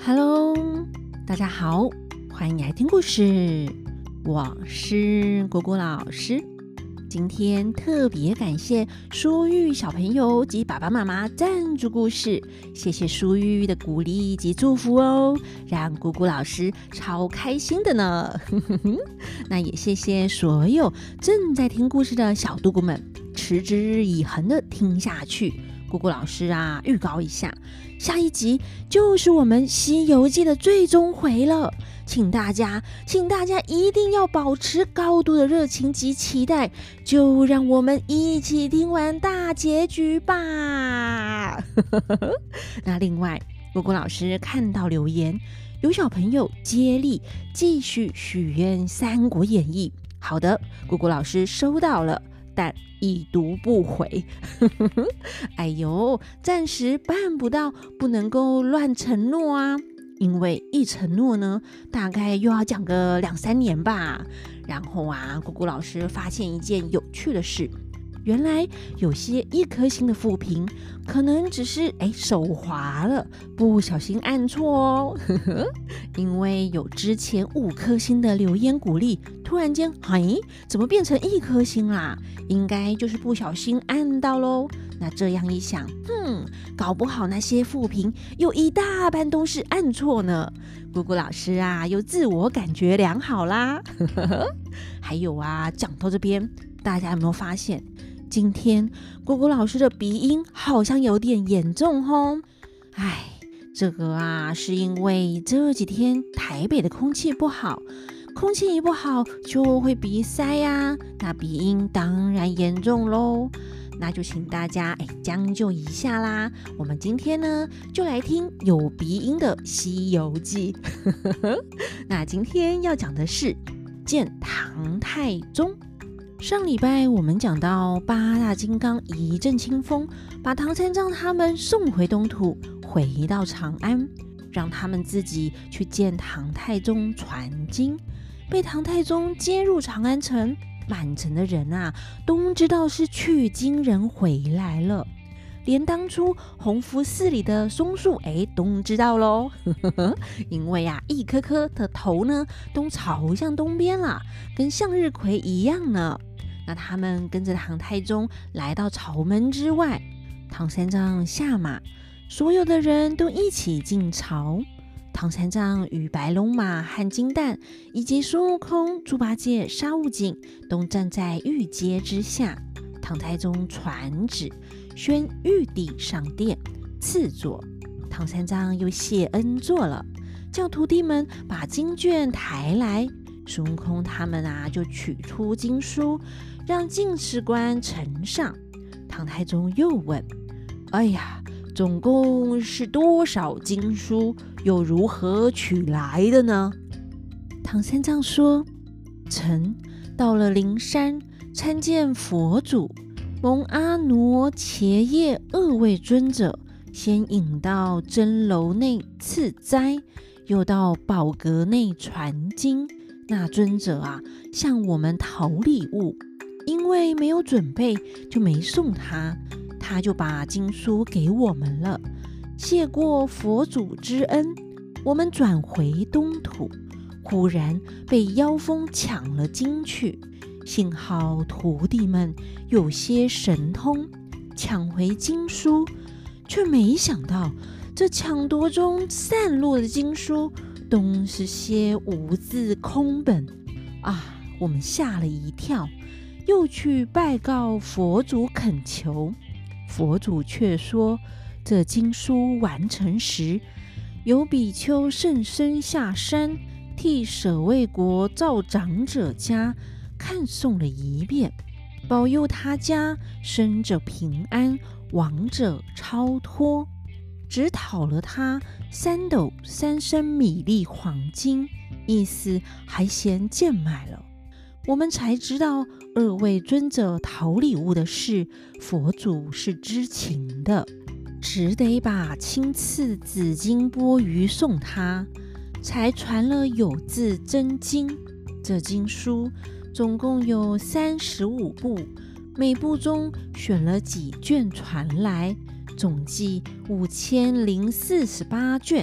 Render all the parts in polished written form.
Hello， 大家好，欢迎来听故事。我是果果老师。今天特别感谢舒玉小朋友及爸爸妈妈赞助故事，谢谢舒玉的鼓励及祝福哦，让果果老师超开心的呢。那也谢谢所有正在听故事的小嘟咕们，持之以恒的听下去。果果老师啊，预告一下，下一集就是我们《西游记》的最终回了，请大家一定要保持高度的热情及期待，就让我们一起听完大结局吧。那另外，果果老师看到留言，有小朋友接力继续许愿《三国演义》。好的，果果老师收到了，但已读不回。哎呦，暂时办不到，不能够乱承诺啊，因为一承诺呢，大概又要讲个2-3年吧。然后啊，果果老师发现一件有趣的事，原来有些1颗星的负评，可能只是手滑了，不小心按错哦。因为有之前5颗星的留言鼓励，突然间，怎么变成1颗星啦？应该就是不小心按到咯。那这样一想，搞不好那些负评有一大半都是按错呢。果果老师啊，又自我感觉良好啦。还有啊，讲到这边，大家有没有发现，今天果果老师的鼻音好像有点严重哦？这个啊，是因为这几天台北的空气不好，空气一不好就会鼻塞啊，那鼻音当然严重咯。那就请大家将就一下啦。我们今天呢，就来听有鼻音的《西游记》。那今天要讲的是见唐太宗。上礼拜我们讲到8大金刚一阵清风，把唐三藏他们送回东土，回到长安，让他们自己去见唐太宗传经。被唐太宗接入长安城，满城的人啊，都知道是取经人回来了。连当初弘福寺里的松树都知道咯。因为啊，一颗颗的头呢，都朝向东边啦，跟向日葵一样呢。那他们跟着唐太宗来到朝门之外，唐三藏下马，所有的人都一起进朝。唐三藏与白龙马和金蛋以及孙悟空、猪八戒、沙悟净都站在御阶之下。唐太宗传旨，宣玉帝上殿赐座。唐三藏又谢恩坐了，叫徒弟们把经卷抬来。孙悟空他们啊，就取出经书，让进士官呈上。唐太宗又问：总共是多少经书，又如何取来的呢？唐三藏说：臣到了灵山，参见佛祖，蒙阿傩、伽叶2位尊者先引到真楼内赐斋，又到宝阁内传经。那尊者啊，向我们讨礼物，因为没有准备，就没送他，他就把经书给我们了。谢过佛祖之恩，我们转回东土，忽然被妖风抢了经去。幸好徒弟们有些神通，抢回经书，却没想到这抢夺中散落的经书都是些无字空本啊！我们吓了一跳，又去拜告佛祖恳求。佛祖却说，这经书完成时，有比丘圣身下山，替舍卫国赵长者家看诵了一遍，保佑他家生者平安，亡者超脱，只讨了他3斗3升米粒黄金，意思还嫌贱卖了。我们才知道2位尊者讨礼物的事，佛祖是知情的，只得把亲赐紫金钵盂送他，才传了有字真经。这经书总共有35部，每部中选了几卷传来，总计5048卷，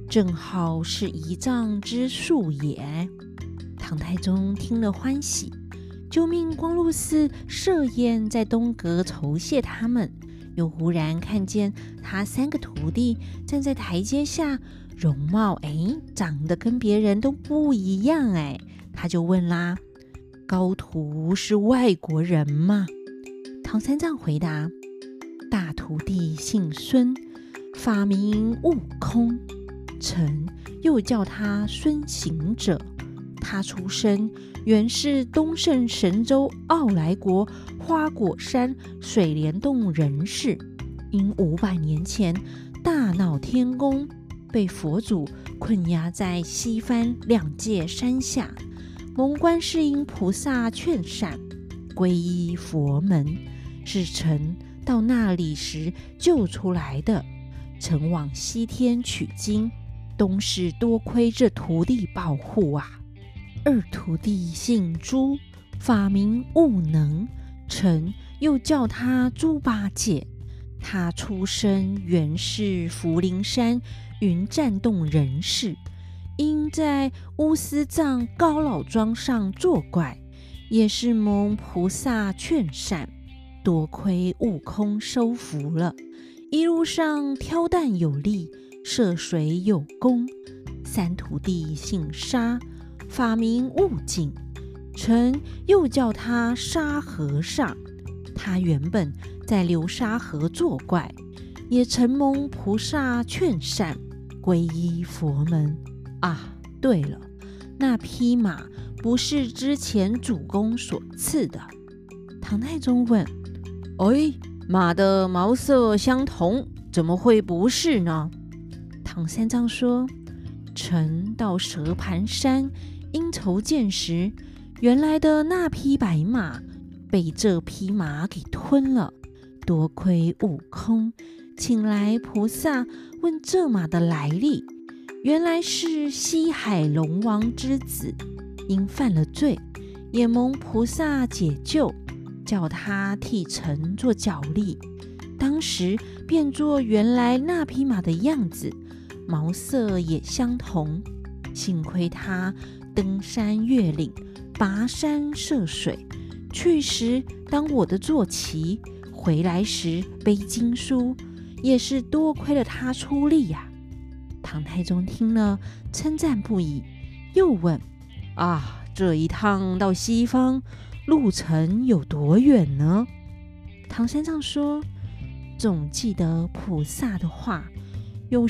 正好是仪仗之术也。唐太宗听了欢喜，就命光禄寺设宴在东阁酬谢他们。又忽然看见他3个徒弟站在台阶下，容貌长得跟别人都不一样他就问啦：高徒是外国人吗？唐三藏回答：大徒弟姓孙，法名悟空，臣又叫他孙行者。他出身原是东胜神州傲来国花果山水帘洞人士，因500年前大闹天宫，被佛祖困压在西番2界山下，蒙观世音菩萨劝善，皈依佛门，是臣到那里时救出来的。臣往西天取经，都是多亏这徒弟保护啊。二徒弟姓朱，法名悟能，臣又叫他猪八戒。他出身原是福陵山云栈洞人士，因在乌斯藏高老庄上作怪，也是蒙菩萨劝善，多亏悟空收服了。一路上挑担有力，涉水有功。三徒弟姓沙，法名悟净，臣又叫他沙和尚。他原本在流沙河作怪，也承蒙菩萨劝善，皈依佛门啊。对了，那匹马不是之前主公所赐的。唐太宗问：马的毛色相同，怎么会不是呢？唐三藏说：臣到蛇盘山因筹见时，原来的那匹白马被这匹马给吞了，多亏悟空请来菩萨问这马的来历，原来是西海龙王之子，因犯了罪，也蒙菩萨解救，叫他替臣做脚力，当时变作原来那匹马的样子，毛色也相同。幸亏他登山越岭，跋山涉水，去时当我的坐骑，回来时背经书，也是多亏了他出力呀。唐太宗听了称赞不已，又问：这一趟到西方路程有多远呢？唐三藏说：总记得菩萨的话，有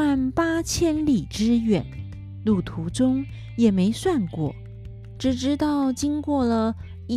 108000里之远，路途中也没算过，只知道经过了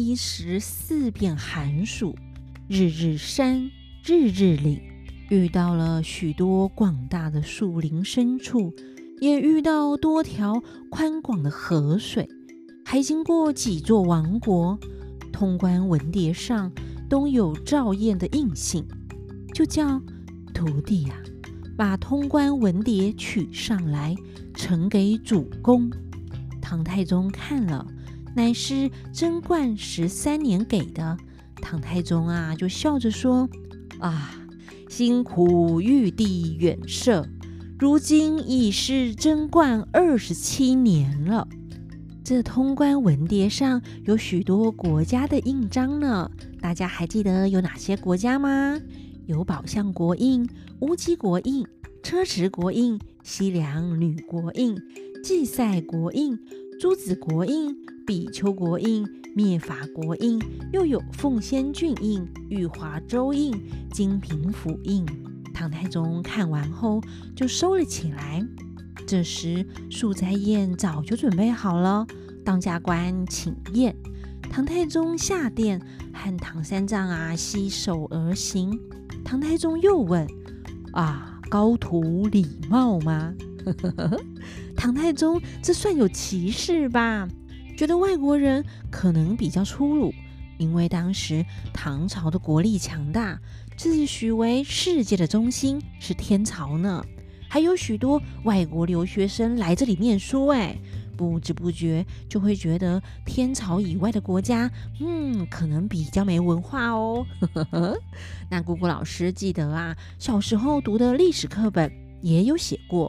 14变寒暑，日日山，日日岭，遇到了许多广大的树林深处，也遇到多条宽广的河水，还经过几座王国，通关文牒上都有照验的印信，就叫徒弟把通关文牒取上来，呈给主公。唐太宗看了，乃是贞观13年给的。唐太宗就笑着说：辛苦玉帝远摄，如今已是贞观27年了。这通关文牒上有许多国家的印章呢，大家还记得有哪些国家吗？有宝象国印、乌鸡国印、车迟国印、西凉女国印、稷塞国印、朱子国印、比丘国印、灭法国印，又有奉先郡印、玉华州印、金平府印。唐太宗看完后就收了起来。这时素斋宴早就准备好了，当家官请宴。唐太宗下殿，和唐三藏携手而行。唐太宗又问：高徒礼貌吗？唐太宗这算有歧视吧？觉得外国人可能比较粗鲁，因为当时唐朝的国力强大，自诩为世界的中心，是天朝呢。还有许多外国留学生来这里念书，不知不觉就会觉得天朝以外的国家，可能比较没文化哦。那姑姑老师记得小时候读的历史课本也有写过，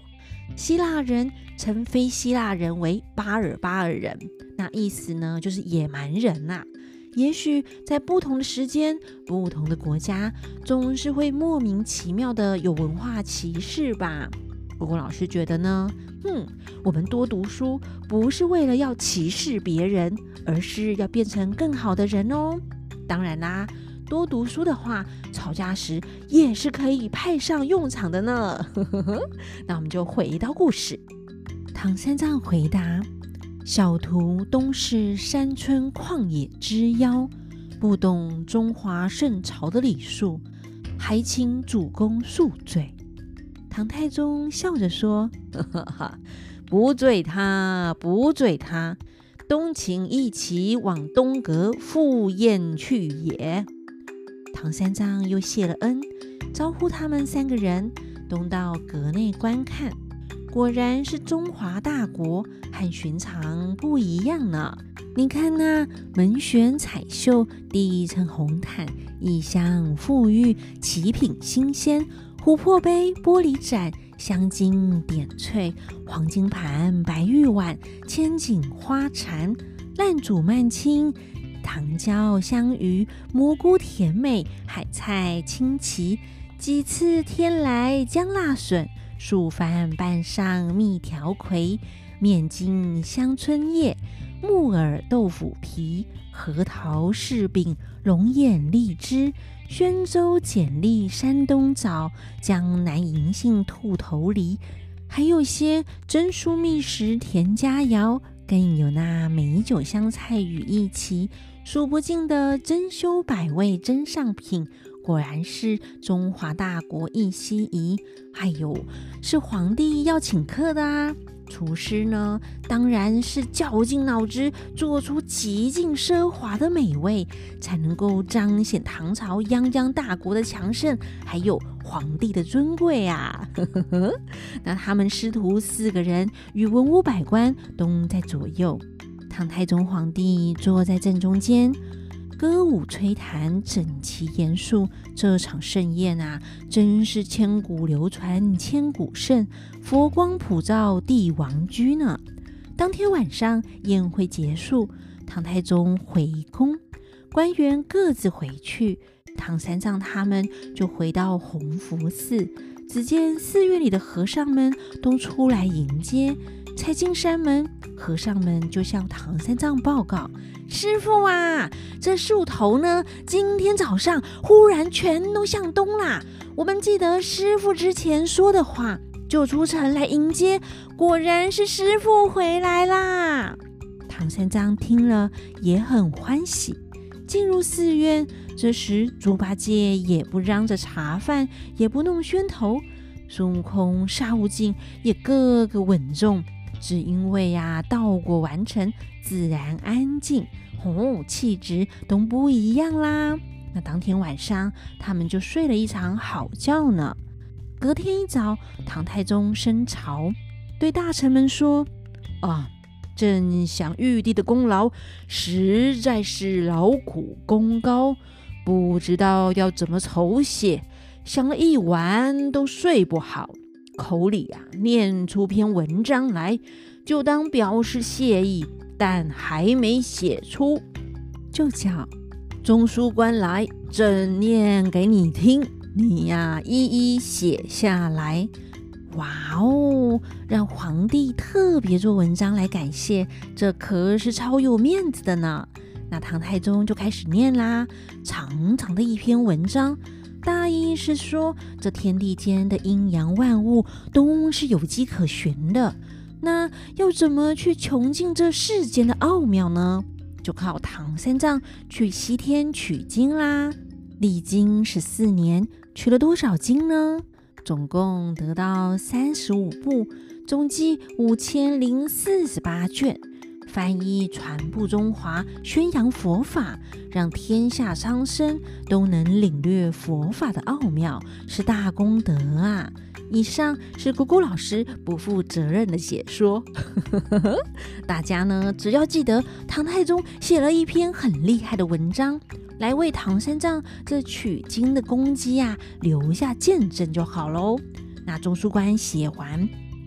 希腊人称非希腊人为巴尔巴尔人，那意思呢就是野蛮人啊。也许在不同的时间、不同的国家，总是会莫名其妙的有文化歧视吧。不过老师觉得呢，我们多读书不是为了要歧视别人，而是要变成更好的人哦。当然啦，多读书的话，吵架时也是可以派上用场的呢。那我们就回到故事。唐三藏回答：小徒东是山村旷野之妖，不懂中华圣朝的礼数，还请主公恕罪。唐太宗笑着说：不罪他，不罪他，东请一起往东阁赴宴去也。唐三藏又谢了恩，招呼他们3个人东到阁内观看。果然是中华大国，和寻常不一样呢。你看那门悬彩绣，第一层红毯，异香馥郁，奇品新鲜，琥珀杯、玻璃盏，香精点翠，黄金盘、白玉碗，千锦花缠，烂煮曼青，糖椒香鱼，蘑菇甜美，海菜清奇，几次添来姜辣笋，素饭拌上蜜条葵，面筋香椿叶，木耳豆腐皮，核桃柿饼，龙眼荔枝，宣州简历山东枣，江南银杏兔头梨，还有些蒸酥蜜食甜佳肴，更有那美酒香菜羽翼旗，数不尽的珍馐百味珍上品。果然是中华大国一稀宜。还有是皇帝要请客的啊，厨师呢当然是绞尽脑汁做出极尽奢华的美味，才能够彰显唐朝泱泱大国的强盛，还有皇帝的尊贵啊。那他们师徒4个人与文武百官都在左右，唐太宗皇帝坐在正中间，歌舞吹弹，整齐严肃。这场盛宴啊，真是千古流传，千古盛，佛光普照帝王居呢。当天晚上宴会结束，唐太宗回宫，官员各自回去，唐三藏他们就回到弘福寺。只见寺院里的和尚们都出来迎接，才进山门，和尚们就向唐三藏报告：师父啊，这树头呢，今天早上忽然全都向东啦。我们记得师父之前说的话，就出城来迎接，果然是师父回来啦。唐三藏听了也很欢喜。进入寺院，这时猪八戒也不嚷着茶饭，也不弄宣头，孙悟空、沙悟净也个个稳重，只因为道果完成，自然安静，气质都不一样啦。那当天晚上，他们就睡了一场好觉呢。隔天一早，唐太宗升朝，对大臣们说：朕想玉帝的功劳实在是劳苦功高，不知道要怎么酬谢，想了一晚都睡不好，口里念出篇文章来，就当表示谢意，但还没写出，就叫中书官来，朕念给你听，你一一写下来。哇哦，让皇帝特别做文章来感谢，这可是超有面子的呢。那唐太宗就开始念啦，长长的一篇文章，大意是说这天地间的阴阳万物都是有迹可循的，那要怎么去穷尽这世间的奥妙呢？就靠唐三藏去西天取经啦。历经14年，取了多少经呢？总共得到35部，总计5048卷，翻译传布中华，宣扬佛法，让天下苍生都能领略佛法的奥妙，是大功德啊！以上是姑姑老师不负责任的解说。大家呢，只要记得唐太宗写了一篇很厉害的文章，来为唐三藏这取经的功绩留下见证就好喽。那中书官写完，唐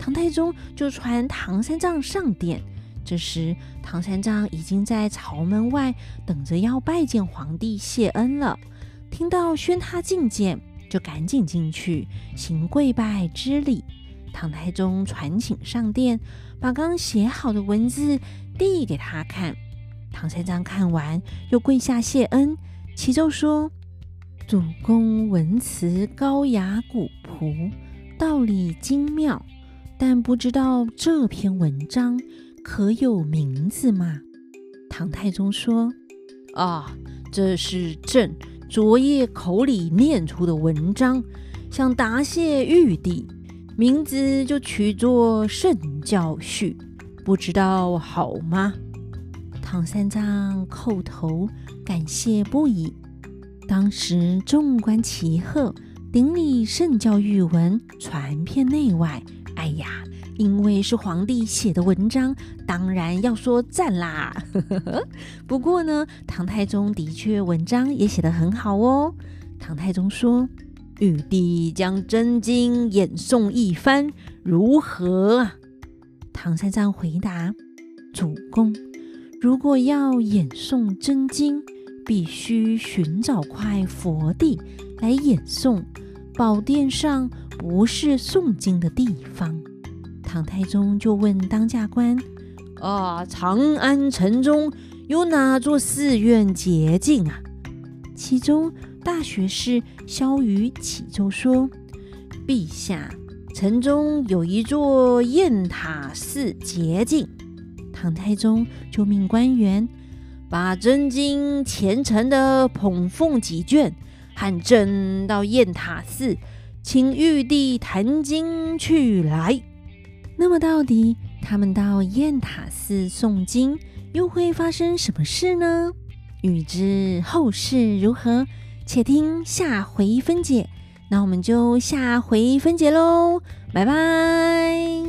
唐太宗就传唐三藏上殿。这时唐三藏已经在朝门外等着要拜见皇帝谢恩了，听到宣他觐见，就赶紧进去行跪拜之礼。唐太宗传请上殿，把刚写好的文字递给他看。唐三藏看完，又跪下谢恩，启奏说：主公文辞高雅古朴，道理精妙，但不知道这篇文章可有名字吗？唐太宗说：这是朕昨夜口里念出的文章，想答谢玉帝，名字就取作《圣教序》，不知道好吗？唐三藏叩头感谢不已。当时众官齐贺，顶礼圣教谕文，传遍内外。因为是皇帝写的文章，当然要说赞啦。不过呢，唐太宗的确文章也写得很好哦。唐太宗说：玉帝将真经演诵一番，如何啊？唐三藏回答：主公，如果要演诵真经，必须寻找块佛地来演诵，宝殿上不是诵经的地方。唐太宗就问当驾官：长安城中有哪座寺院洁净啊？其中大学士萧瑜启奏说：陛下，城中有一座雁塔寺洁净。唐太宗就命官员把真经虔诚的捧奉几卷，和朕到雁塔寺，请玉帝谈经去来。那么到底他们到雁塔寺诵经，又会发生什么事呢？欲知后事如何，且听下回分解。那我们就下回分解喽，拜拜。